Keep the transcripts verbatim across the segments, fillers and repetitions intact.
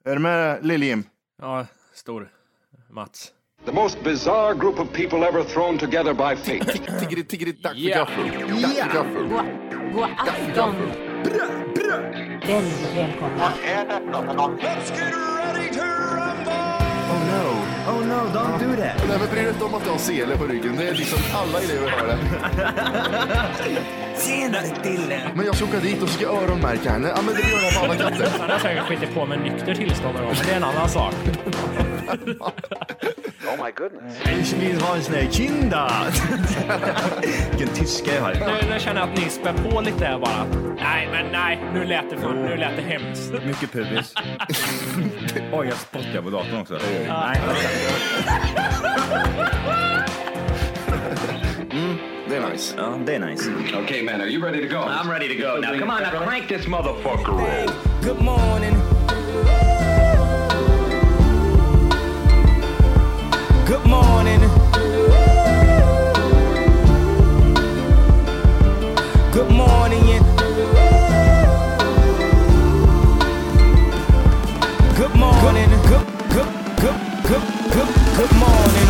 Är du med, Liljim? Ja, stor. Mats. The most bizarre group of people ever thrown together by fate. Tiggeri, tiggeri, tack för Yeah. gaffel. Tack för gaffel. God afton. Väldigt välkomna. Oh no. Oh no, don't do that. Nej, men bry dig inte om att du har sele på ryggen. Det är liksom alla elever har det. Tjena Dille. Men jag ska åka dit och ska öronmärka henne. Ja, men det gör jag på alla katter. Han har säkert skitit på med nykter tillstånd någon gång, men det är en annan sak. Oh my goodness. Ich vill ha en sån här kinda. Vilken tyska jag har. Nu, nu känner jag att ni spär på lite där bara. Nej, men nej. Nu lät det, för, nu lät det hemskt. Mycket pubis. Oj, jag spottar på datorn också. Nej. Mm, det är nice. Ja, det är nice. Okay, man, are you ready to go? I'm ready to go. Now, come on, now crank this motherfucker up. Good morning. Good morning. Good morning. Good morning. Good good good good good good morning.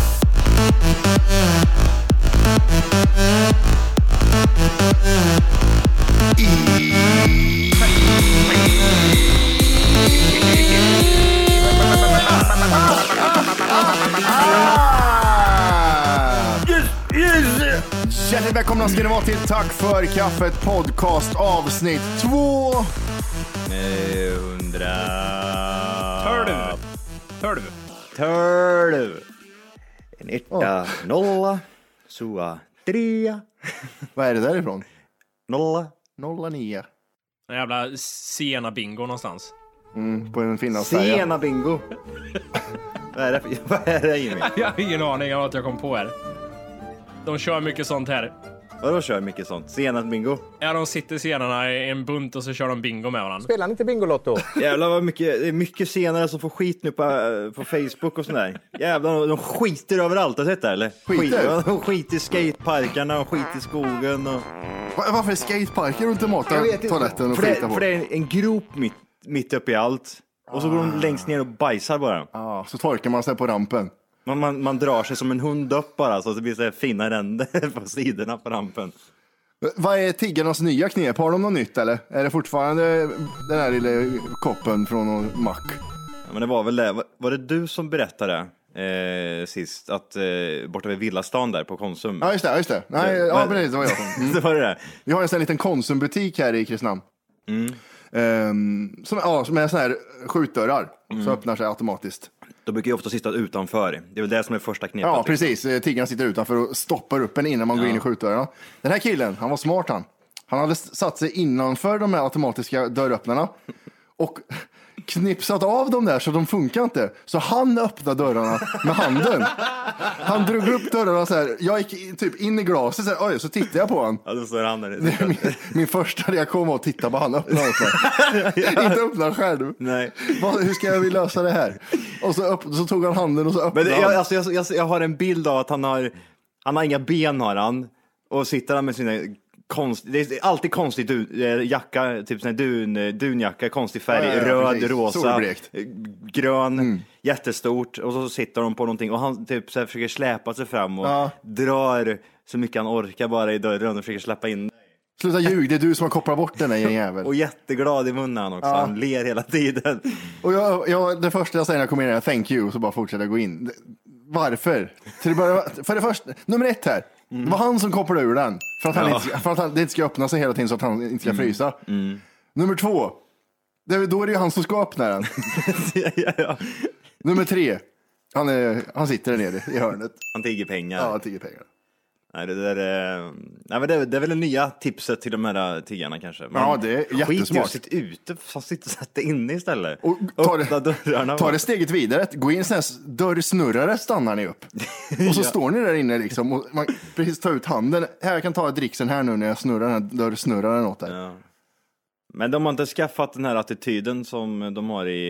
Hjärtligt välkomna ska ni vara till Tack för kaffet podcast avsnitt två. Hundra... Tölv. Tölv. Tölv. En etta, nolla, sua, trea. Vad är det därifrån? Nolla. Nolla nio. En jävla sena bingo någonstans. Mm, på en Finlandsfärja. Sena bingo. Vad är det för, vad är det, Jimmy? Jag har ingen aning om att jag kom på här. De kör mycket sånt här. Vadå kör mycket sånt? Sena bingo? Ja, de sitter scenerna i en bunt och så kör de bingo med varandra. Spelar ni inte Bingolotto? Jävlar vad mycket, det är mycket senare som får skit nu på, på Facebook och sådär. Jävlar, de skiter överallt, har du sett det eller? Skiter? Skit, de skiter i skateparkarna och skiter i skogen och... Va- Varför är skateparker runt mata toaletten och för det, skita på? för det är en grop mitt, mitt uppe i allt. Och så går de längst ner och bajsar bara. Ja, så torkar man sig på rampen. Man, man, man drar sig som en hund upp bara, så det blir så här fina ränder på sidorna på rampen. Vad är tiggarnas nya knep? Har de något nytt eller? Är det fortfarande den här lilla koppen från någon mack? Ja, men det var väl det. Var, var det du som berättade eh, sist att eh, borta vid Villastan där på Konsum? Ja, just det. Just det. Nej, det, ja, men, precis, det var jag som. Mm. det var det där. Vi har en sån här liten Konsumbutik här i Kristinehamn. Mm. Um, som, ja, som är sån här skjutdörrar Mm. som öppnar sig automatiskt. De brukar ju ofta sitta utanför. Det är väl det som är första knepet. Ja, liksom. precis. Tiggarna sitter utanför och stoppar upp en innan man går in i skjutdörrarna. Den här killen, han var smart han. Han hade satt sig innanför de här automatiska dörröppnarna och knipsat av dem där så de funkar inte. Så han öppnade dörrarna med handen. Han drog upp dörrarna så här. Jag gick typ in i glaset så här, oj, så tittade jag på honom. Ja, då står han där. Min, min första reaktion var att titta på han öppna inte öppna själv. Nej. Vad, hur ska jag vilja lösa det här? Och så, upp, så tog han handen och så öppnade Men det, han. jag, alltså, jag, jag, jag har en bild av att han har, han har inga ben har han. Och sitter han med sina konst, det är alltid konstigt dun, jacka, typ sån här dun, dunjacka, konstig färg, Ja, ja, ja, röd, precis. rosa, Solblekt. grön, Mm. jättestort. Och så sitter de på någonting och han typ så här försöker släpa sig fram och Ja. drar så mycket han orkar bara i dörren och försöker släppa in. Sluta ljug, det är du som har kopplat bort den här jäveln. Och jätteglad i munnen han också, Ja. han ler hela tiden. Och jag, jag, det första jag säger när jag kommer in är thank you, så bara fortsätter jag gå in. Varför? Så det bara, för det första, nummer ett här. Mm. Det var han som kopplade ur den. För att, han Ja. inte, för att han, det inte ska öppna sig hela tiden så att han inte ska frysa. Mm. Nummer två. Det, då är det ju han som ska öppna den. ja, ja. Nummer tre. Han, är, han sitter där nere i hörnet. Han tigger pengar. Ja, han tigger pengar. Nej, det, där är, nej, men det, det är väl det nya tipset till de här tiggarna kanske. Men ja, det är jättesmart. Skit i att sitta ute, fast sitta och sätta inne istället. Och ta det, öppna dörrarna. ta det steget vidare. Gå in i en sån här dörrsnurrare, stannar ni upp. Och så Ja. står ni där inne liksom. Och man precis tar ut handen. Här, jag kan ta dricksen här nu när jag snurrar den här dörrsnurraren åt där. Ja. Men de har inte skaffat den här attityden som de har i,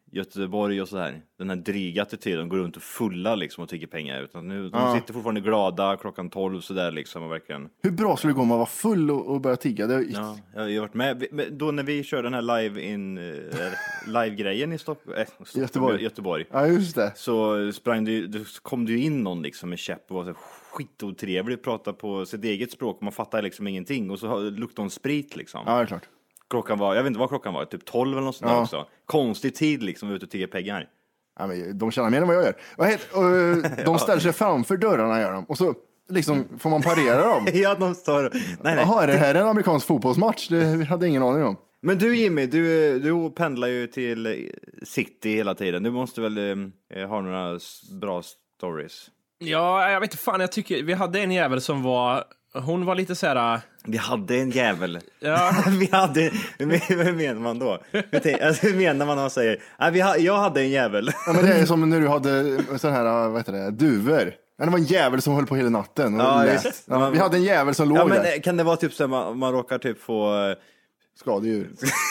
Göteborg och så här. Den här dryga attityden, går runt och fulla liksom och tigger pengar. Utan nu, de Ja. sitter fortfarande glada klockan tolv så där liksom och verkligen. Hur bra skulle det gå om man var full och, och började tigga? Det, Ja, jag har varit med. Vi- men Då när vi körde den här live in eh, live-grejen i Stock- äh, Stockholm, Göteborg. Göteborg. Ja, just det. Så sprang det, det kom det ju in någon liksom med käpp och var så skitotrevlig, pratade på sitt eget språk och man fattar liksom ingenting. Och så luktade hon sprit liksom. Ja, det är klart. Klockan var, jag vet inte vad klockan var, typ tolv eller något sånt där Ja. också. Konstig tid liksom, ute och tigga pengar. Ja, men de tjänar mer än vad jag gör. Vad heter, och, eh, de ställer sig framför dörrarna, gör de. Och så liksom får man parera dem. Ja, de står... Nej, nej. Jaha, är det här en amerikansk fotbollsmatch? Det hade jag ingen aning om. Men du Jimmy, du, du pendlar ju till city hela tiden. Du måste väl eh, ha några s- bra stories? Ja, jag vet inte fan, jag tycker vi hade en jävel som var, hon var lite så här. Vi hade en jävel. Ja. vi hade, hur menar man då? Hur, tänk, alltså, hur menar man när man säger, nej, vi ha, jag hade en jävel. Ja, men det är som när du hade sån här, vad heter det, duvor. Ja, det var en jävel som höll på hela natten. Och Ja, lät. visst. Ja, vi hade en jävel som låg Ja, men där. kan det vara typ så att man, man råkar typ få... Skadedjur.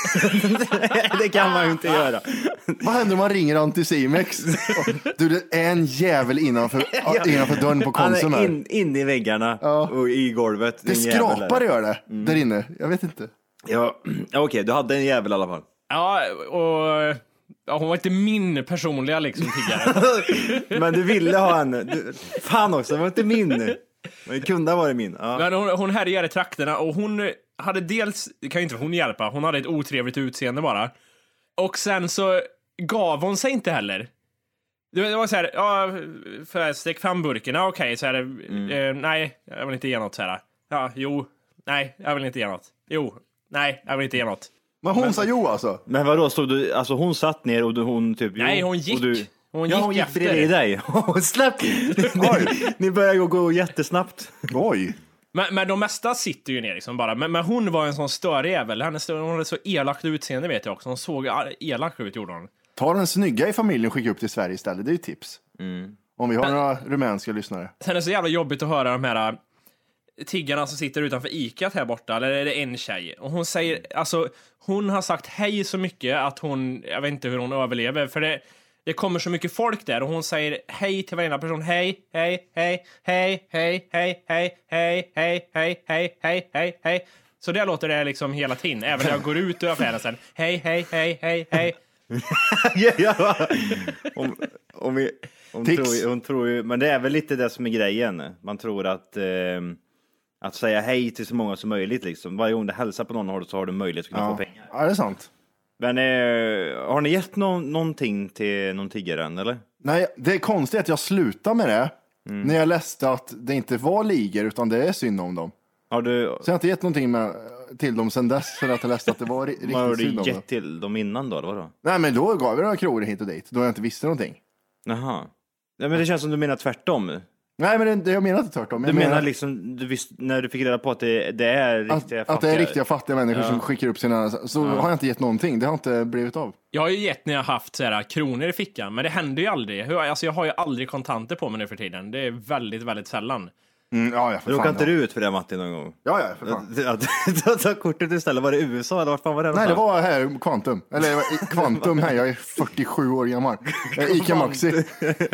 Det kan man ju inte göra. Vad händer om man ringer Anticimex? Du, det är en jävel innanför, innanför dörren på Konsum Han är här. in, in i väggarna Ja. och i golvet. Det En jävel skrapar där. gör det, där inne. Jag vet inte. Ja, ja, okej, du hade en jävel i alla fall. Ja, och ja, hon var inte min personliga liksom tiggare. Men du ville ha en. Du, fan också, det var inte min. Men det kunde ha varit min. Ja. Men hon, hon härjade i trakterna och hon hade dels, det kan ju inte hon hjälpa, hon hade ett otrevligt utseende bara. Och sen så gav hon sig inte heller. Det var så här, ja, för stick fram burken, ja, okej, så här, Mm. eh, nej, jag vill inte ge något så här. Ja, jo, nej, jag vill inte ge något. Jo, nej, jag vill inte ge något. Men hon sa jo alltså. Men vadå, stod du, alltså hon satt ner och du, hon typ... Nej, jo, hon gick. och Du, Hon ja, gick hon gick efter. bredvid dig. Hon slapp. ni, ni börjar ju gå jättesnabbt. Oj. Men, men de mesta sitter ju ner liksom bara. Men, men hon var en sån störig jävel. Hennes, hon hade så elakt utseende vet jag också. Hon såg elak ut gjorde hon. Ta den snygga i familjen och skicka upp till Sverige istället. Det är ju tips. Om vi har några rumänska lyssnare. Sen är det så jävla jobbigt att höra de här äh, tiggarna som sitter utanför Icat här borta. Eller är det en tjej? Och hon säger, alltså hon har sagt hej så mycket att hon, jag vet inte hur hon överlever. För det, det kommer så mycket folk där och hon säger hej till varenda person. Hej, hej, hej, hej, hej, hej, hej, hej, hej, hej, hej, hej, hej, hej. Så det låter det liksom hela tiden. Även när jag går ut ur affären sen. Hej, hej, hej, hej, hej. Ja, om, om vi, hon, Tics. tror, ju- hon tror ju, men det är väl lite det som är grejen. Man tror att, eh, att säga hej till så många som möjligt. Liksom. Varje gång du hälsar på någon håll så har du möjlighet att kunna Ja. få pengar. Ja, det är sant. Men eh, har ni gett någon, någonting till någon tiggare än, eller? Nej, det är konstigt att jag slutar med det. När jag läste att det inte var ligor utan det är synd om dem. Har du, Så jag har inte gett någonting med, till dem sen dess för att jag läste att det var ri- vad har riktigt synd du om dem. gett till dem innan då? Eller vadå? Nej, men då gav vi några kronor hit och dit. Då jag inte visste någonting. Jaha. Ja, men det känns som du menar tvärtom. Nej, men det, jag menar inte tvärtom. Du Jag menar liksom, du visst, när du fick reda på att det, det är att, riktiga att det är riktiga fattiga människor Ja. som skickar upp sina... Så har jag inte gett någonting. Det har inte blivit av. Jag har ju gett när jag haft så här, kronor i fickan, men det händer ju aldrig. Hur- Alltså, jag har ju aldrig kontanter på mig nu för tiden. Det är väldigt, väldigt sällan. Mm, ja, ja, för Råkade fan. inte du ut för det, Matti, någon gång? Ja, ja, för fan. Att att ta kortet istället, var det U S A eller vart fan var det? Nej, det någonstans? var här, Quantum. Eller i- Quantum här, jag är fyrtiosju år gammal. Eh, Ica Maxi. Ica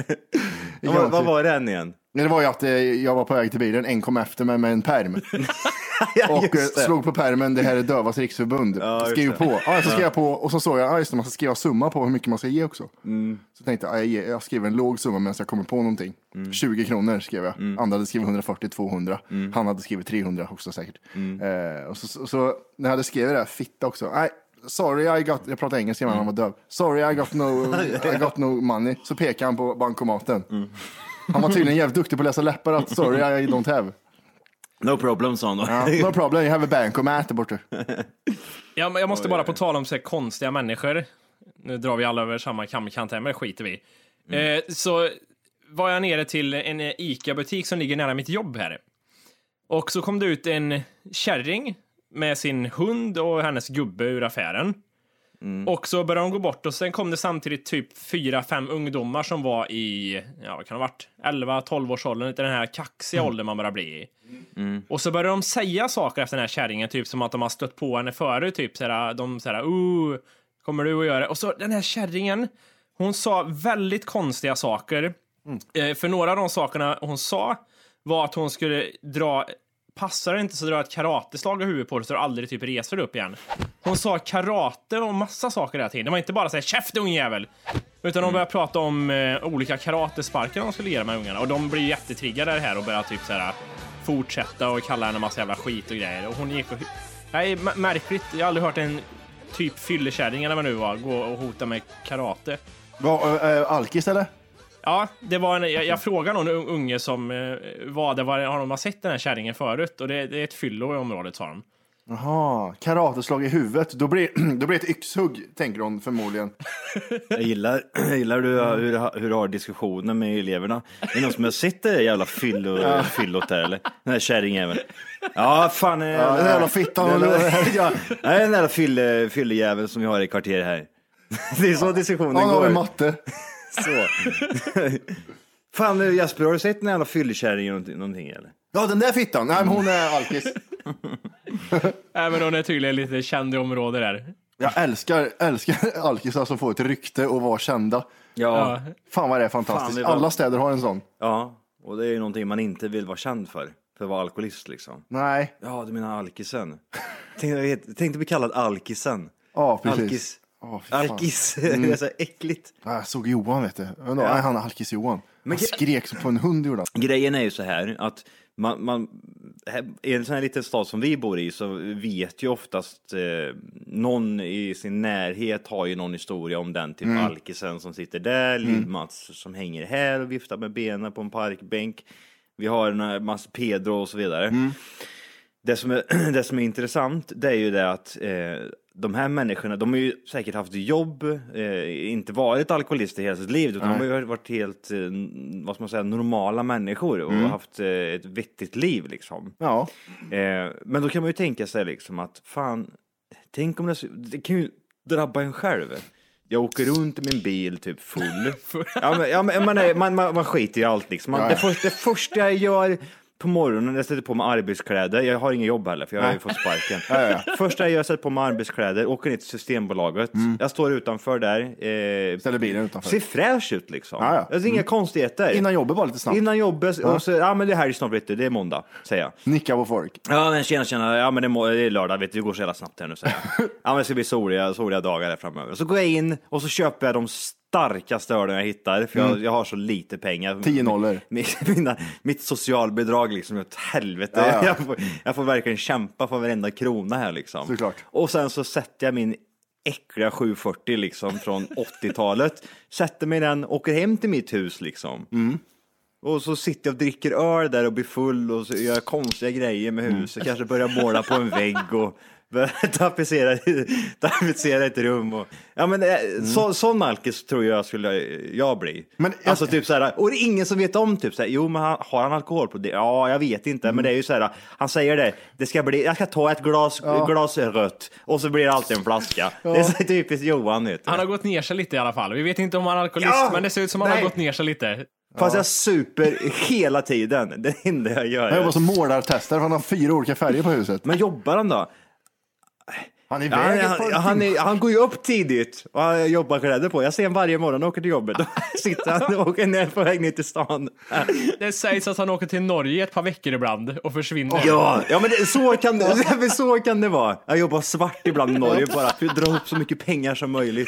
Ja, vad, vad Maxi. var det än igen? Nej, det var ju att eh, jag var på väg till bilen, en kom efter mig med en perm. Ja, Och eh, just det. slog på permen, det här är Dövas riksförbund. Ja, just Skriv det. på. Ja, så skrev jag på och så såg jag, ja just det, man ska skriva summa på hur mycket man ska ge också. Mm. Så tänkte jag, ja, jag, ger- jag skriver en låg summa medan jag kommer på någonting. Mm. tjugo kronor skrev jag. Andra hade skrivit hundrafyrtio, tvåhundra. Han hade skrivit trehundra också säkert. Mm. Eh, och så, så, så när jag hade skrivit det här, fitta också. Nej, sorry I got, jag pratar engelska men han var döv. Sorry I got no, I got no money. Så pekade han på bankomaten. Mm. Han var tydligen jävligt duktig på att läsa läppar att sorry I don't have. No problem, sa han då. Ja, no problem, you have a bankomat där borta. Ja, men jag måste bara på tala om så här konstiga människor. Nu drar vi alla över samma kamkant här, men det skiter vi i. eh, Så var jag nere till en Ica-butik som ligger nära mitt jobb här. Och så kom det ut en kärring med sin hund och hennes gubbe ur affären. Och så började de gå bort och sen kom det samtidigt typ fyra, fem ungdomar som var i, ja vad kan det ha varit, elva, tolv års åldern, den här kaxiga åldern man börjar bli i. Och så började de säga saker efter den här kärringen, typ som att de har stött på henne förut, typ såhär, de såhär, oh, kommer du att göra. Och så den här kärringen, hon sa väldigt konstiga saker. Mm. Eh, för några av de sakerna hon sa var att hon skulle dra, passar det inte så dra ett karateslag i huvudet på det så du aldrig typ reser upp igen. Hon sa karate och massa saker där till. Det var inte bara säga käft ungjävel. Utan de började prata om eh, olika karatesparkar de skulle ge de här ungarna. Och de blir jättetriggade här och började typ såhär fortsätta och kalla henne en massa jävla skit och grejer. Och hon gick och... Nej, m- märkligt. Jag har aldrig hört en typ fyllekärring eller vad nu var gå och hota med karate. Var äh, alkis eller? Ja, det var en, jag, jag frågade någon unge som eh, var det var, har de sett den här kärringen förut? Och det, det är ett fyllo i området, sa de. Jaha, karateslag i huvudet. Då blir, då blir det ett yxhugg, tänker hon förmodligen. Jag gillar, jag gillar du, hur, hur du har diskussioner med eleverna. Det är någon som har sett det jävla fyllo, ja. fyllot där, eller? Den här kärringen. Ja, fan. Ja, den jävla fittan. Ja, nej, den jävla fylle, fyllejäveln som vi har i kvarteret här. Det är så diskussionen ja, går. Ja, har vi matte. Så. Fan, Jasper, har du sett den jävla fyllekärringen någonting, någonting, eller? Ja, den där fittan. Nej, men hon är alkis. Även hon är tydligen lite känd i området där. Jag älskar, älskar alkisar som får ett rykte och vara kända. Ja. Fan vad det är fantastiskt. Fan, det var... Alla städer har en sån. Ja, och det är ju någonting man inte vill vara känd för. För att vara alkoholist liksom. Nej. Ja, du menar alkisen. Tänkte, tänkte bli kallad alkisen. Ja, precis. Alkis. Oh, alkis. Mm. Det är så äckligt. Jag såg Johan, vet du. Ja. Nej, han är alkis Johan. Men han skrek som på en hund gjorde. Grejen är ju så här att man, man, i en sån här liten stad som vi bor i så vet ju oftast eh, någon i sin närhet har ju någon historia om den typ mm. alkisen som sitter där, mm. Lill-Mats som hänger här och viftar med benen på en parkbänk. Vi har en massa Pedro och så vidare. Mm. Det som är, det som är intressant, det är ju det att eh, de här människorna, de har ju säkert haft jobb, eh, inte varit alkoholister hela sitt liv, utan Nej. de har ju varit helt, eh, vad ska man säga, normala människor och mm. haft eh, ett vettigt liv liksom. Ja. Eh, men då kan man ju tänka sig liksom att, fan, tänk om det, det kan ju drabba en själv. Jag åker runt i min bil typ full. ja, men, ja, men, man, är, man, man, man skiter i allt liksom. Man, ja, ja. Det, för, det första jag gör på morgonen, jag sätter på mig arbetskläder. Jag har ingen jobb heller, för jag har ju fått sparken. ja, ja. Första jag gör, jag sätter på mig arbetskläder, åker ner till Systembolaget. Mm. Jag står utanför där. Eh, Ställer bilen utanför. Ser fräsch ut liksom. Ja, ja. Det är inga mm. konstigheter. Innan jobbet var lite snabbt. Innan jobbet, ja. Och så, ja men det här är snart, vet du, det är måndag, säger jag. Nicka på folk. Ja men tjena, tjena, ja men det är, må- det är lördag, vet du, det går så jävla snabbt här nu, säger jag. Ja men det ska bli soliga, soliga dagar här framöver. Så går jag in och så köper jag de starkaste ölen jag hittar, för jag, mm. jag har så lite pengar. Tio nollor. Mina, mitt socialbidrag liksom är åt helvete. Ja, ja. Jag, får, jag får verkligen kämpa för varenda krona här liksom. Såklart. Och sen så sätter jag min äckliga sju fyrtio liksom från åttiotalet. Sätter mig den, åker hem till mitt hus liksom. Mm. Och så sitter jag och dricker öl där och blir full och så gör jag konstiga grejer med huset. Mm. Kanske börjar måla på en vägg och tapetsera, tapetsera ett rum och, ja men mm. så, sån alkis tror jag skulle jag bli. Men jag, alltså typ så här, och det är ingen som vet om typ så här, jo men han, har han alkohol på det? Ja, jag vet inte, mm. men det är ju så här, han säger det, det ska bli, jag ska ta ett glas, ja. glas rött och så blir det alltid en flaska. Ja. Det är så typiskt Johan, vet du. Han har gått ner sig lite i alla fall. Vi vet inte om han är alkoholist, ja, men det ser ut som han har gått ner sig lite. Fast ja. jag super hela tiden. Det enda jag gör. Jag jobbar som målartestare, för han har fyra olika färger på huset. Men jobbar han då? Han, är ja, han, han, han, är, han går ju upp tidigt och han jobbar kläder på. Jag ser honom varje morgon och åker till jobbet. Då sitter han och åker ner på väg ner till stan. Det sägs att han åker till Norge ett par veckor ibland och försvinner. Ja, ja men det, så, kan det, så kan det vara. Jag jobbar svart ibland i Norge bara för att dra upp så mycket pengar som möjligt.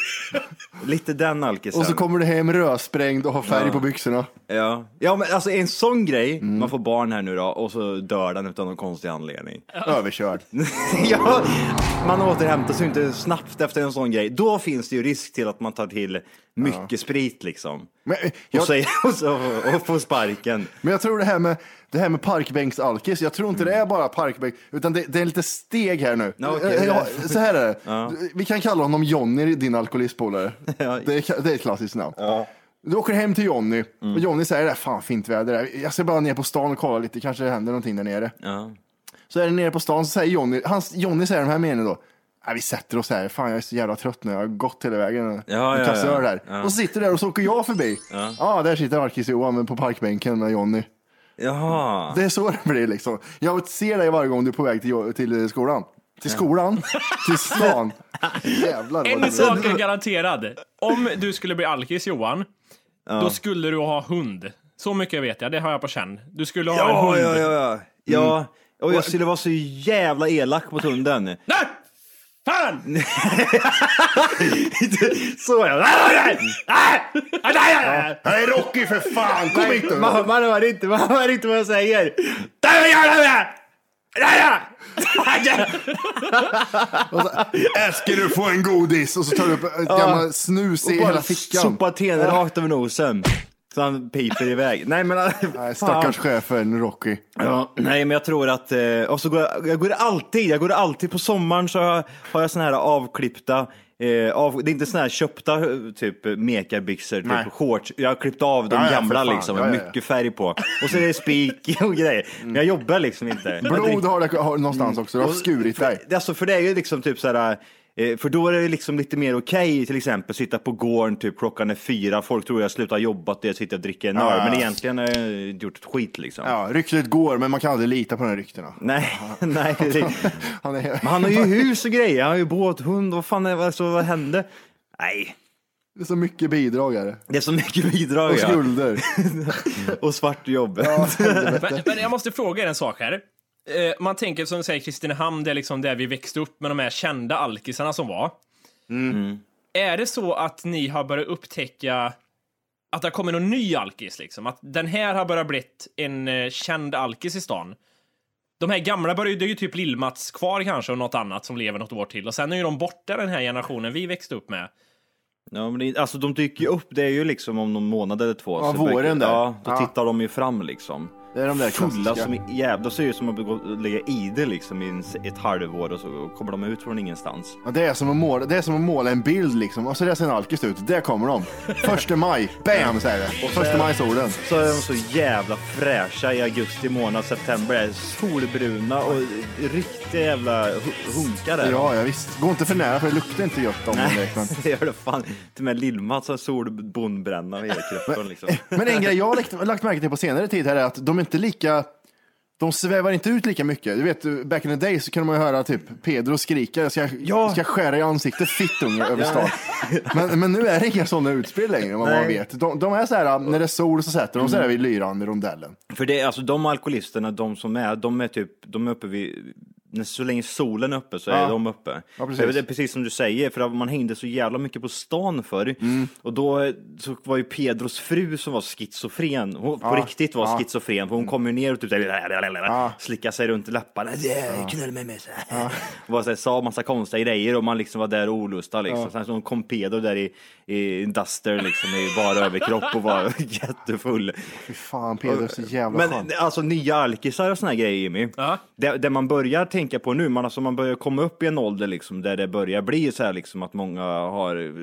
Lite den alkisen. Och så kommer du hem rödsprängd och har färg ja. på byxorna. Ja, ja men alltså en sån grej. Mm. Man får barn här nu då och så dör den utan någon konstig anledning. Ja. Överkörd. Ja, man återhämtar sig inte snabbt efter en sån grej. Då finns det ju risk till att man tar till mycket ja. sprit liksom. Men, jag... och, säger, och, så, och får sparken. Men jag tror det här med, det här med parkbänksalkis, jag tror inte mm. det är bara parkbänk, utan det, det är lite steg här nu. No, okay, jag, så här är det. Ja. Vi kan kalla honom Johnny, din alkoholistpolare. Ja. Det, är, det är ett klassiskt namn. Ja. Du åker hem till Johnny mm. och Johnny säger, det är fan fint väder där. Jag ska bara ner på stan och kolla lite, kanske det händer någonting där nere. Ja. Så är det nere på stan, så säger Johnny, hans, Johnny säger de här meningen då. Nej, vi sätter oss här. Fan, jag är så jävla trött nu. Jag har gått hela vägen. Ja, ja, ja, där. Ja. Och så sitter där och så åker jag förbi. Ja, ah, där sitter Alkis Johan på parkbänken med Johnny. Jaha. Det är så det blir liksom. Jag ser dig varje gång du är på väg till, till skolan. Till skolan, till stan. Jävlar vad En det sak är garanterad. Om du skulle bli alkis, Johan, då skulle du ha hund. Så mycket vet jag, det har jag på känn. Du skulle ha en Ja, hund. ja, ja, ja. Ja, och jag skulle vara så jävla elak mot hunden. Nej! Fan! Så jag. Nej, Rocky för fan, kom hit nu. Man, man hör inte, man hör inte vad jag säger. Och så, Ska du få en godis? Och så tar du upp ett gammal snus i hela fickan. Sopa tenen rakt över nosen. Så han piper iväg. Nej men Nej, stackars chefen Rocky. Ja, nej men jag tror att eh, och så går jag, jag går alltid, jag går alltid på sommaren så har jag, har jag såna här avklippta eh, av, det är inte såna här köpta typ mekarbyxor, typ shorts. Jag har klippt av de Ja, ja, gamla för fan. liksom, Ja, med ja, ja. mycket färg på. Och så är det spik och grejer. Men jag jobbar liksom inte. Blod har du har, någonstans också, du har skurit dig. För, alltså, för det är ju liksom typ så här. För då är det liksom lite mer okej, till exempel sitta på gården typ klockan är fyra, folk tror jag slutar jobbat och jag sitter och dricker en öl, Ja. men egentligen har jag gjort ett skit liksom. Ja, ryktet går, men man kan aldrig lita på de här ryktena. Nej, nej. Det, Han, är... men han har ju hus och grejer, han har ju båt, hund, vad fan är det, alltså, vad hände? Nej, det är så mycket bidrag är det. det är så mycket bidrag Och ja. skulder. Och svart jobb. Ja, Men, men jag måste fråga er en sak här. Eh, man tänker som du säger, Kristinehamn, det är liksom där vi växte upp med de här kända alkisarna som var. Mm. Är det så att ni har börjat upptäcka att det kommer någon ny alkis liksom? Att den här har börjat blivit en eh, känd alkis i stan? De här gamla börjar ju, det är ju typ Lill-Mats kvar kanske och något annat som lever något år till. Och sen är ju de borta, den här generationen vi växte upp med. Ja, men det, alltså de dyker ju upp, det är ju liksom om någon månad eller två. Ja, så våren brukar- där. Ja, då Ja. tittar de ju fram liksom. det är de där Fulla klassiska. som är jävla, ser ut som att begå- lägga i det liksom i en, ett halvår och så kommer de ut från ingenstans. Ja, det, är som att måla, det är som att måla en bild liksom. Och så det ser en alkis ut. Där kommer de. Första maj. Bam, säger det. Och första maj-solen. Så är de så jävla fräscha i augusti månad, september är solbruna och riktiga jävla hu- hunkar där. Ja, ja, visst. Gå inte för nära för det luktar inte gött om Nej, det. Men... det gör det fan. Till och med Lill-Mats har solbondbränna vid kroppen liksom. men en grej jag har lagt, lagt märke till på senare tid här är att de är inte lika... De svävar inte ut lika mycket. Du vet, back in the day så kunde man ju höra typ Pedro skrika, jag ska, Ja. ska skära i ansiktet, fittunge över stan. Men, men nu är det inga sådana utspel längre, vad man Nej. vet. De, de är så här, när det är sol så sätter de sig där vid lyran i rondellen. För det är alltså de alkoholisterna, de som är, de är typ, de är uppe vid, när så länge solen är uppe så är Ja. de uppe. Ja, precis. Det är precis som du säger, för att man hängde så jävla mycket på stan förr. Mm. Och då så var ju Pedros fru som var schizofren, hon på Ja. riktigt var Ja. schizofren, för hon kom ju ner och typ Ja. slickade sig runt läpparna, ja. knull mig med sig. Och bara så här, sa massa konstiga grejer och man liksom var där olusta liksom. Sen så kom Pedro där i, i Duster liksom i bara överkropp och var jättefull. Fy fan, Pedro är så jävla Men skön. alltså nya alkisar och såna här grejer, Jimmy. Ja. Det, det man börjar tänka på nu, man, alltså, man börjar komma upp i en ålder liksom, där det börjar bli så här liksom, att många har eh,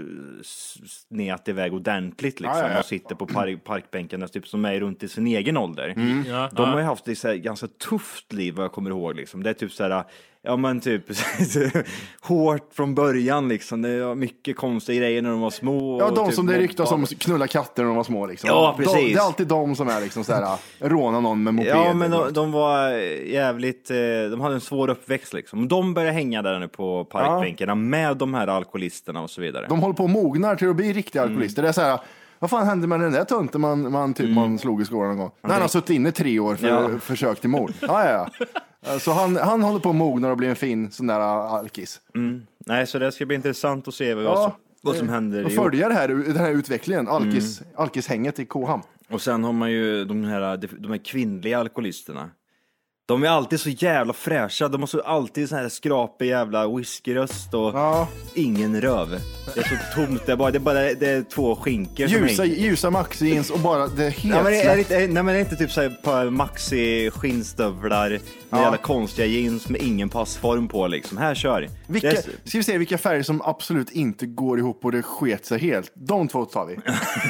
snett iväg ordentligt liksom, Ja, ja, ja. och sitter på park, parkbänken typ, som är runt i sin egen ålder. Ja, De ja. har ju haft ett så här, ganska tufft liv vad jag kommer ihåg. Liksom. Det är typ så här, ja men typ hårt från början liksom. Det var mycket konstiga grejer när de var små. Ja, och de typ som det ryktas om mobbar. knulla katter när de var små liksom. Ja, De, precis. det är alltid de som är liksom såhär, råna någon med moped. Ja, men de, de var jävligt, eh, de hade en svår uppväxt liksom. De började hänga där nu på parkbänkarna med de här alkoholisterna och så vidare. De håller på och mognar till att bli riktiga alkoholister. Det är såhär, vad fan hände med den där tönten man, man, typ, man slog i skolan någon gång? När han har suttit inne tre år för Ja. försök till mord. Ja, ja, ja. Så han, han håller på och mognar och blir en fin sån där alkis. Mm. Nej, så det ska bli intressant att se vad, Ja. som, vad som händer Och i år. följa det här, den här utvecklingen, alkis, alkishänget i Kohamn. Och sen har man ju de här, de här kvinnliga alkoholisterna. De är alltid så jävla fräscha. De har så alltid så här skrapig jävla whiskyröst och Ja. ingen röv. Det är så tomt. Det är bara, det är, bara, det är två skinkor som Ljusa, hänger. ljusa maxjeans och bara, det är helt Ja, men det är, släppt. inte, nej, men det är inte typ så här på maxi skinnstövlar med Ja. jävla konstiga jeans med ingen passform på liksom. Här kör. Vilka, Det är, ska vi se vilka färger som absolut inte går ihop och det sket sig helt. De två tar vi.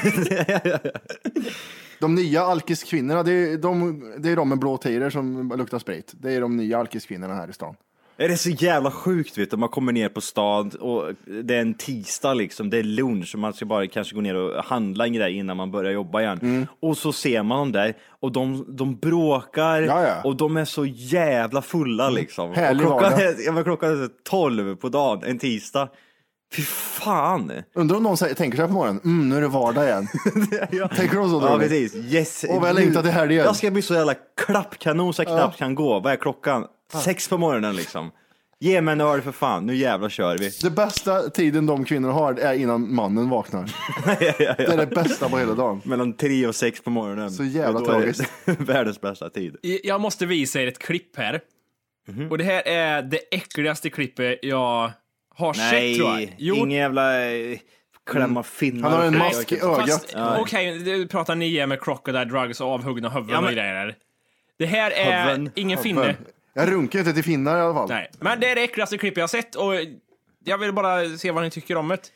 De nya alkiskvinnorna, det är de, det är de med blå tirer som luktar sprit. Det är de nya alkiskvinnorna här i stan. Är det så jävla sjukt, vet du? Man kommer ner på stad och det är en tisdag liksom, det är lunch och man ska bara kanske gå ner och handla en grej innan man börjar jobba igen. Mm. Och så ser man dem där och de, de bråkar ja, ja. och de är så jävla fulla liksom. Härlig och klockan, vardag. är, klockan är tolv på dagen, en tisdag. Fy fan. Undrar om någon säger, tänker sig på morgonen, mm, nu är det vardag igen. ja. Tänker du så då? Ja, precis. Yes. Och jag längtar till helgen. Jag ska bli så jävla klappkanon så jag knappt ja. kan gå. Vad är klockan? Sex på morgonen liksom. Ge mig en öl för fan, nu jävlar kör vi. Det bästa tiden de kvinnor har är innan mannen vaknar. ja, ja, ja. Det är det bästa på hela dagen. Mellan tre och sex på morgonen. Så jävla tragiskt. Världens bästa tid. Jag måste visa er ett klipp här. Mm-hmm. Och det här är det äckligaste klippet jag har Nej, sett, tror jag. Jo. Ingen jävla eh, klämma finnar. Han har en mask i ögat. Ja. Okej, okay, pratar ni med crocodile drugs och avhuggna huvuden ja, men... och grejer. Det här är Höven. ingen finne. Höven. Jag runkar inte till finnar i alla fall. Nej, men det är det äckligaste klippet jag har sett och jag vill bara se vad ni tycker om det.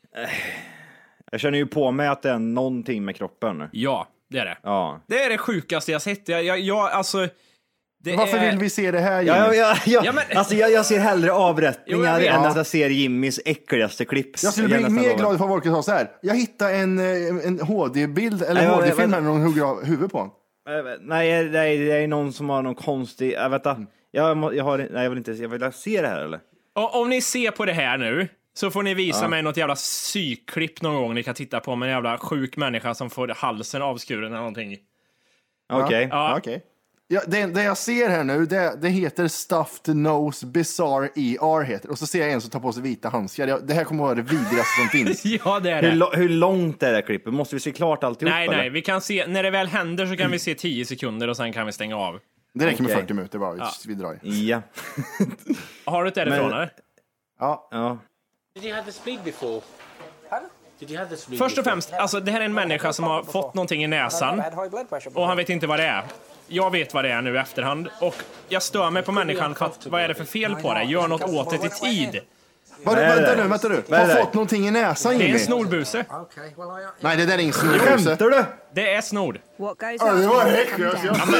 Jag känner ju på mig att det är någonting med kroppen. Ja, det är det. Ja. Det är det sjukaste jag har sett. Jag, jag, jag alltså... Det Varför är... vill vi se det här, Jimmy? Ja, ja, ja. Ja, men... Alltså, jag, jag ser hellre avrättningar jo, än ja. att jag ser Jimmys äckligaste klipp. Jag skulle bli jag mer glad för folk sa så här. Jag hittade en, en H D-bild eller H D-film där någon hugger av huvudet på honom. Nej, det är, det är någon som har någon konstig... Jag vet inte. Jag, jag, har, nej, jag vill inte jag vill se det här, eller? Och, om ni ser på det här nu så får ni visa ja. mig något jävla psykklipp någon gång ni kan titta på med en jävla sjuk människa som får halsen avskuren eller någonting. Okej. Okay. Ja. Ja, okay. Ja, det, det jag ser här nu, det, det heter Stuffed Nose Bizarre E R heter. Och så ser jag en som tar på sig vita handskar. Det, det här kommer att vara det vidrigaste som finns. Ja, det är det. Hur, hur långt är det här klippet? Måste vi se klart alltihop? Nej, eller? nej, vi kan se, när det väl händer så kan mm. vi se tio sekunder och sen kan vi stänga av. Det räcker okay. med fyrtio minuter bara, ja. vi drar. Ja. Har du ett därifrån, Men... eller? Ja. Ja. Did you have this bleed before? Did you have this bleed Först och främst, alltså det här är en människa som har fått någonting i näsan och han vet inte vad det är. Jag vet vad det är nu i efterhand och jag stör mig på människan för att vad är det för fel på det? Gör något åt det i tid. Vad, vänta nu, vänta nu. Har fått någonting i näsan, Jimmy? Det är en snorbuse. Nej, det där är ingen snorbuse. Skämtar du? Det är snor. Ja, det var äckligt.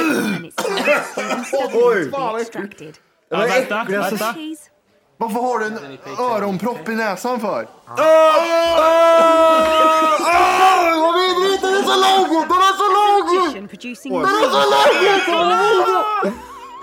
Oj. Ja, vänta, vänta. Varför har du en öronpropp i näsan för? Åh! Vad vidrigt! Den är så lång! Den är så lång! Den är så lång!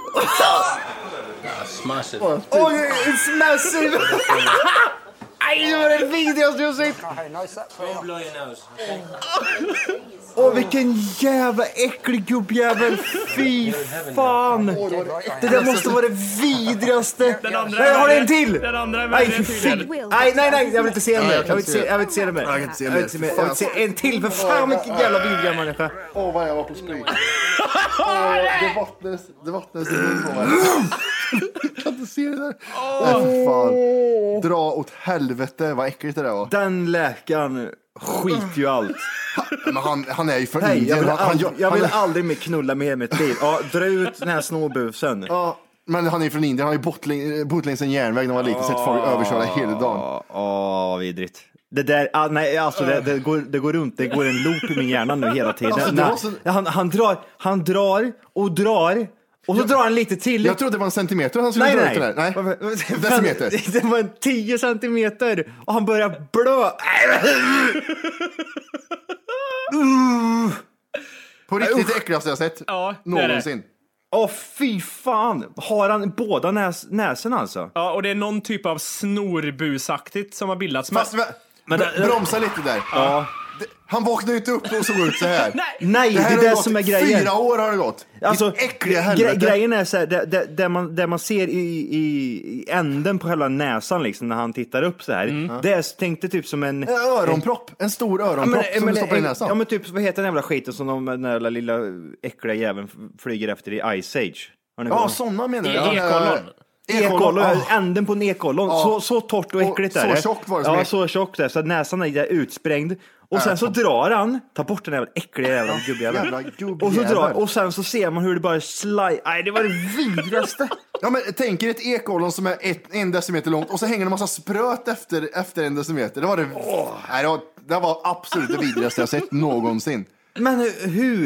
Smash it. Oj, it's massive! Nej, det var det vidrigaste jag sett! Don't blow your nose. Åh, vilken jävla äcklig gubbjävel. Fy fan. Det där måste vara det vidrigaste. Den andra nej, jag har en till. Den andra är nej, väldigt fy. Nej, nej, nej, jag vill inte se den mer. Jag vill inte se, jag vill inte se den mer. Jag vill inte se Jag vill inte se mer. Jag vill se en till. För fan, vilken jävla vidriga människa. Åh, vad jag var på spring. Åh, det vattnas, det vattnas i munnen på mig. Jag kan inte se det där. Nej, för fan. Dra åt helvete, vad äckligt det där var. Den läkaren skit ju allt. Men han, han är ju för Nej, Indien. jag vill, han, aldrig, han, jag vill han, aldrig mer knulla med mitt liv. Ja, dra ut den här snorbusen. Ja, men han är från Indien. Han har ju botling, botlings en järnväg när han var liten. Sett folk överköra hela dagen. Åh, oh, vidrigt. Det där, ah, nej, alltså det, det, går, det går runt, det går en loop i min hjärna nu hela tiden. Alltså, Nej, så... han, han drar, han drar och drar. Och så jag, drar han lite till. Jag trodde det var en centimeter han skulle nej, dra nej. ut det där. Nej, decimeter. Det var en tio centimeter. Och han börjar blö. På riktigt det äckligaste jag sett. Ja, någonsin. Åh, oh, fy fan. Har han båda näs, näsen alltså? Ja, och det är någon typ av snorbusaktigt som har bildats. Fast men... Men br- bromsa lite där. Ja. Han vaknade inte upp och såg ut så här. Nej, Nej, det, det är det som är grejen. Fyra år har det gått. Alltså, äckliga helvete. Gre- grejen är så här, det, det, det, man, det man ser i, i, i änden på själva näsan liksom, när han tittar upp så här. Mm. Det är tänkte typ som en... En öronpropp. En stor öronpropp ja, men, som men, stoppar i näsan. Ja, men typ, vad heter den jävla skiten som de, den där lilla äckliga jäveln flyger efter i Ice Age? Ja, sådana menar jag. E-kollon. Ekollon, oh. Änden på en ekollon, oh. så, så torrt och äckligt och, är det. Så tjockt var det. Ja, så tjockt det, så näsan är utsprängd. Och sen så drar han, tar bort den jävla äckliga jävla gubbjäveln. Och så drar, och sen så ser man hur det bara slide. Nej, det var det vidrigaste. Ja, men tänk er ett ekollon som är ett, en decimeter långt och så hänger en massa spröt efter, efter en decimeter. Det var det, oh. nej, det var, det var absolut det vidrigaste jag sett någonsin. Men hur?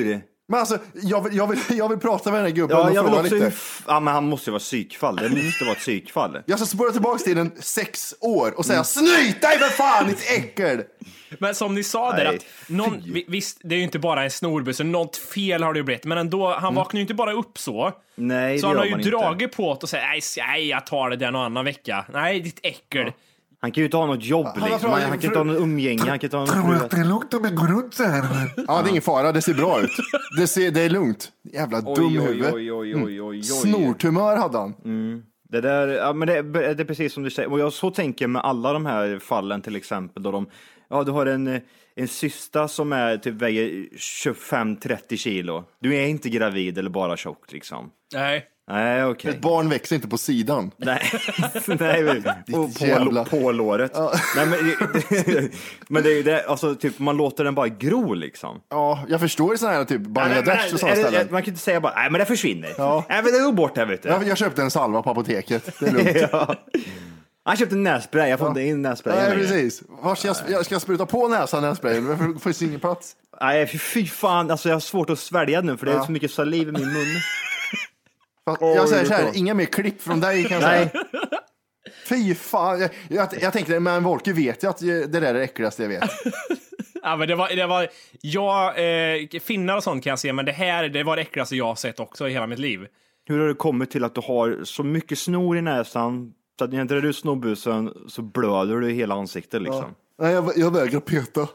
Men alltså, jag vill, jag vill, jag vill prata med den här gubben Ja, och jag vill fråga också, lite. ja, men han måste ju vara psykfall. Det måste vara ett psykfall. Jag ska spåra tillbaka till en sex år och säga mm. snyt dig för fan, ditt äckel! Men som ni sa där, Nej, att någon, vi- visst, det är ju inte bara en snorbuss, något fel har det ju blivit, men ändå, han Mm. vaknar ju inte bara upp så. Nej, Så det han har gör ju man inte. dragit på det och säger, nej, nej, jag tar det där någon annan vecka. Nej, ditt äckel. Han kan ju inte ha något jobb har liksom. frågat- Han, han kan inte ha något umgänge. Han kan inte ha Tror du något... att det är lugnt om jag går runt så här? Ja, det är ingen fara, det ser bra ut. Det, ser, det är lugnt. Jävla dum Oj, oj, huvud. oj, oj, oj, oj, oj. Snortumör hade han. Det där, ja, men det, det är precis som du säger. Och jag så tänker med alla de här fallen till exempel. Då de, ja, du har en, en syster som är typ väger tjugofem till trettio kilo. Du är inte gravid eller bara tjock liksom. Nej. Nej, okej. Ett barn växer inte på sidan. Nej, nej men, och på, jävla- på låret. Nej, men det, men det är ju det, alltså typ man låter den bara gro liksom. Ja, jag förstår i sådana här typ Bangladesh och sådana Är det- ställen. Man kan inte säga bara, nej men det försvinner. Ja. Nej men det går bort här vet du. Jag, jag köpte en salva på apoteket. Det är lugnt. Ja. Han köpte en nässpray, jag får inte in nässpray. Nej, precis. Var ska jag, jag ska spruta på näsan nässprayen, men det finns ingen plats. Nej fy- fy fan, alltså jag har svårt att svälja nu för det är så mycket saliv i min mun. Fast Oj, jag säger det så här, är så. inga mer klipp från dig kan jag Nej. säga. Fy fan. Jag, jag, jag tänkte, men Volker vet ju att det där är det äckligaste jag vet. Ja, men det var, det var, ja, eh, finnar och sånt kan jag se, men det här, det var det äckligaste jag har sett också i hela mitt liv. Hur har det kommit till att du har så mycket snor i näsan så att när jag drar ut snorbusen så blöder du i hela ansiktet liksom? Nej, jag, jag vägrar peta.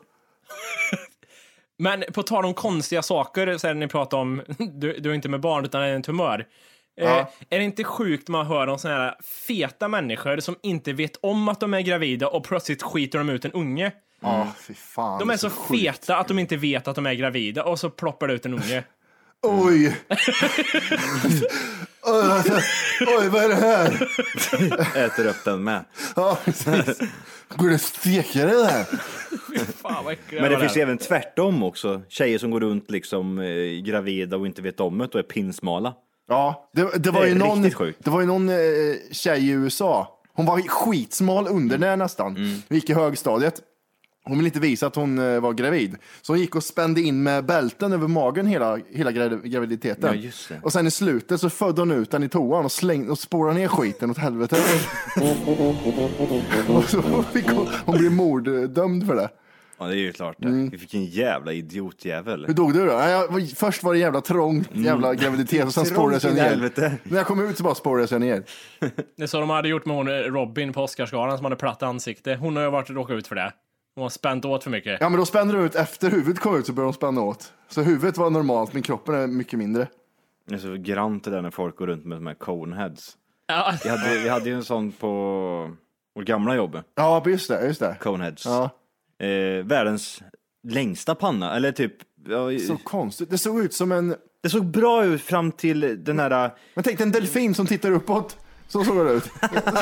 Men på tal om konstiga saker, så här, när ni pratar om, du, du är inte med barn utan är en tumör. Eh, Ja. är det inte sjukt man hör om såna här feta människor som inte vet om att de är gravida och plötsligt skiter de ut en unge? Ja, fy fan. De det är så sjukt. feta att de inte vet att de är gravida och så ploppar det ut en unge. Oj. Oj, alltså, oj, vad är det här? Äter upp den med. Ja, precis. Går det att steka det där? Fan vad äckligt Men det var finns även tvärtom också. Tjejer som går runt liksom eh, gravida och inte vet om det och är pinsmala. Ja, det, det var Det är ju någon, riktigt sjukt. det var ju någon eh, tjej i U S A. Hon var skitsmal under där nästan. Mm. Vi gick i högstadiet. Hon ville inte visa att hon eh, var gravid. Så hon gick och spände in med bälten över magen hela, hela gra- graviditeten. Ja, just det. Och sen i slutet så födde hon ut den i toan och, slängde, och spårade ner skiten åt helvete. Och så fick hon, hon blev morddömd för det. Ja, det är ju klart det. Mm. Vi fick en jävla idiotjävel. Hur dog du då? Ja, jag, först var det jävla trångt, jävla graviditet och sen spårade jag Mm. Trångt ner. i helvete. När jag kom ut så bara spårade jag ner. Det är så de hade gjort med hon Robin på Oscarsgalan som hade platt ansikte. Hon har ju varit råkat ut för det. Hon har spänt åt för mycket. Ja, men då spände de ut efter huvudet kom ut så började de spänna åt. Så huvudet var normalt men kroppen är mycket mindre. Det är så grant det där när folk går runt med de här coneheads. Ja. Vi hade, vi hade ju en sån på vårt gamla jobb. Ja, just det, just det. Coneheads. Ja. Eh, världens längsta panna. Eller typ... Ja, Så konstigt. Det såg ut som en... det såg bra ut fram till den här... Men tänk dig en delfin som tittar uppåt. Så såg det ut.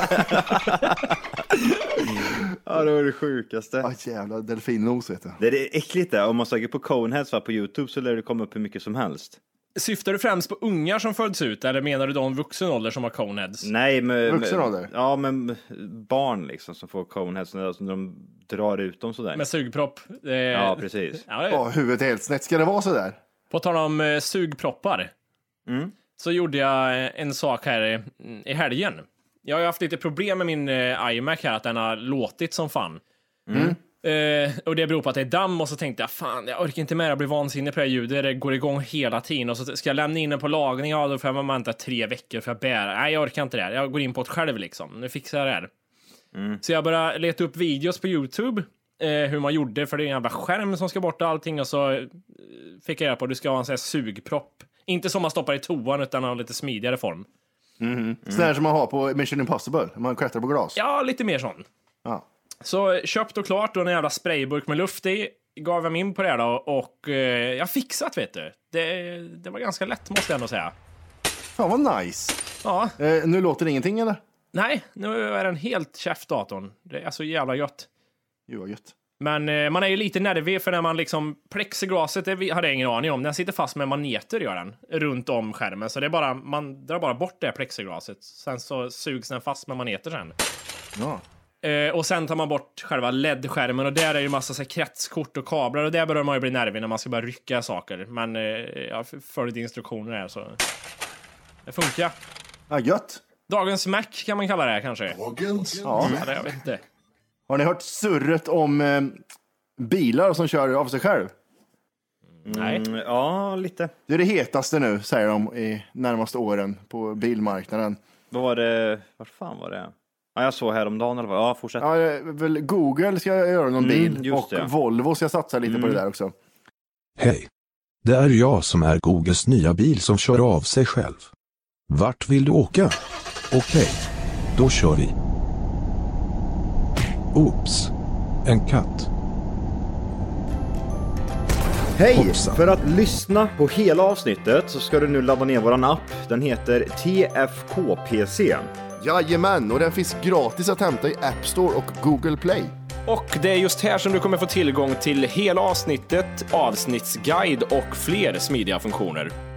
Ja, det var det sjukaste. Ja, jävla delfinnos vet du. Det är äckligt det. Om man söker på coneheads va, på YouTube så lär det komma upp hur mycket som helst. Syftar du främst på ungar som föds ut eller menar du de vuxen ålder som har coneheads? Nej, med, Vuxen med, ålder? ja, men barn liksom som får coneheads när när de drar ut dem sådär. Med sugpropp? Eh, Ja, precis. Ja, det, Ja, huvudet är helt snett. Ska det vara så där? på tal om eh, sugproppar. Mm. Så gjorde jag eh, en sak här i, i helgen. Jag har ju haft lite problem med min eh, iMac här, att den har låtit som fan. Mm. Eh, och det beror på att det är damm och så tänkte jag, fan jag orkar inte mer, jag blir vansinnig på det här ljudet, det går igång hela tiden och så ska jag lämna in den på lagning, ja då får jag vänta tre veckor för att bära. Nej, jag orkar inte det, jag går in på det själv liksom, nu fixar jag det här. Mm. Så jag började leta upp videos på YouTube, eh, hur man gjorde, för det är en jävla skärm som ska bort och allting, och så eh, fick jag reda på att du ska ha en sån här sugpropp. Inte som man stoppar i toan utan en lite smidigare form. Mm. Sån här som man har på Mission Impossible. Man klättrar på glas. Ja, lite mer sån. Ja. Så köpt och klart och en jävla sprayburk med luft i gav jag mig in på det då och eh, jag fixat vet du. Det, det var ganska lätt måste jag ändå säga. Fan vad nice. Ja, Eh, nu låter det ingenting eller? nej, nu är den helt käft datorn. Det är så jävla gött. Jo, vad gött. Men eh, man är ju lite nervig för när man liksom plexiglaset, det hade jag ingen aning om. Den sitter fast med maneter gör den runt om skärmen, så det är bara man drar bara bort det plexiglaset. Sen så sugs den fast med maneter sen. Ja. Eh, och sen tar man bort själva L E D-skärmen och där är det ju massa så här, kretskort och kablar och där börjar man ju bli nervig när man ska börja rycka saker. Men eh, jag följde instruktioner här så det funkar. Ja, gött. Dagens Mac kan man kalla det här kanske. Dagens? Ja. Ja, det, jag vet inte. Har ni hört surret om eh, bilar som kör av sig själv? Nej. Mm, ja, lite. Det är det hetaste nu, säger de, i närmaste åren på bilmarknaden. Vad var det? Vart fan var det? Ja, jag såg häromdagen eller vad? Ja, fortsätt. Ja, det är väl Google ska göra någon bil Mm, just och det. Volvo ska satsa lite på det där också. Hej. Det är jag som är Googles nya bil som kör av sig själv. Vart vill du åka? Okej, då kör vi. Oops. En katt. Hej! Hoppsan. För att lyssna på hela avsnittet så ska du nu ladda ner våran app. Den heter T F K P C. Jajamän, och den finns gratis att hämta i App Store och Google Play. Och det är just här som du kommer få tillgång till hela avsnittet, avsnittsguide och fler smidiga funktioner.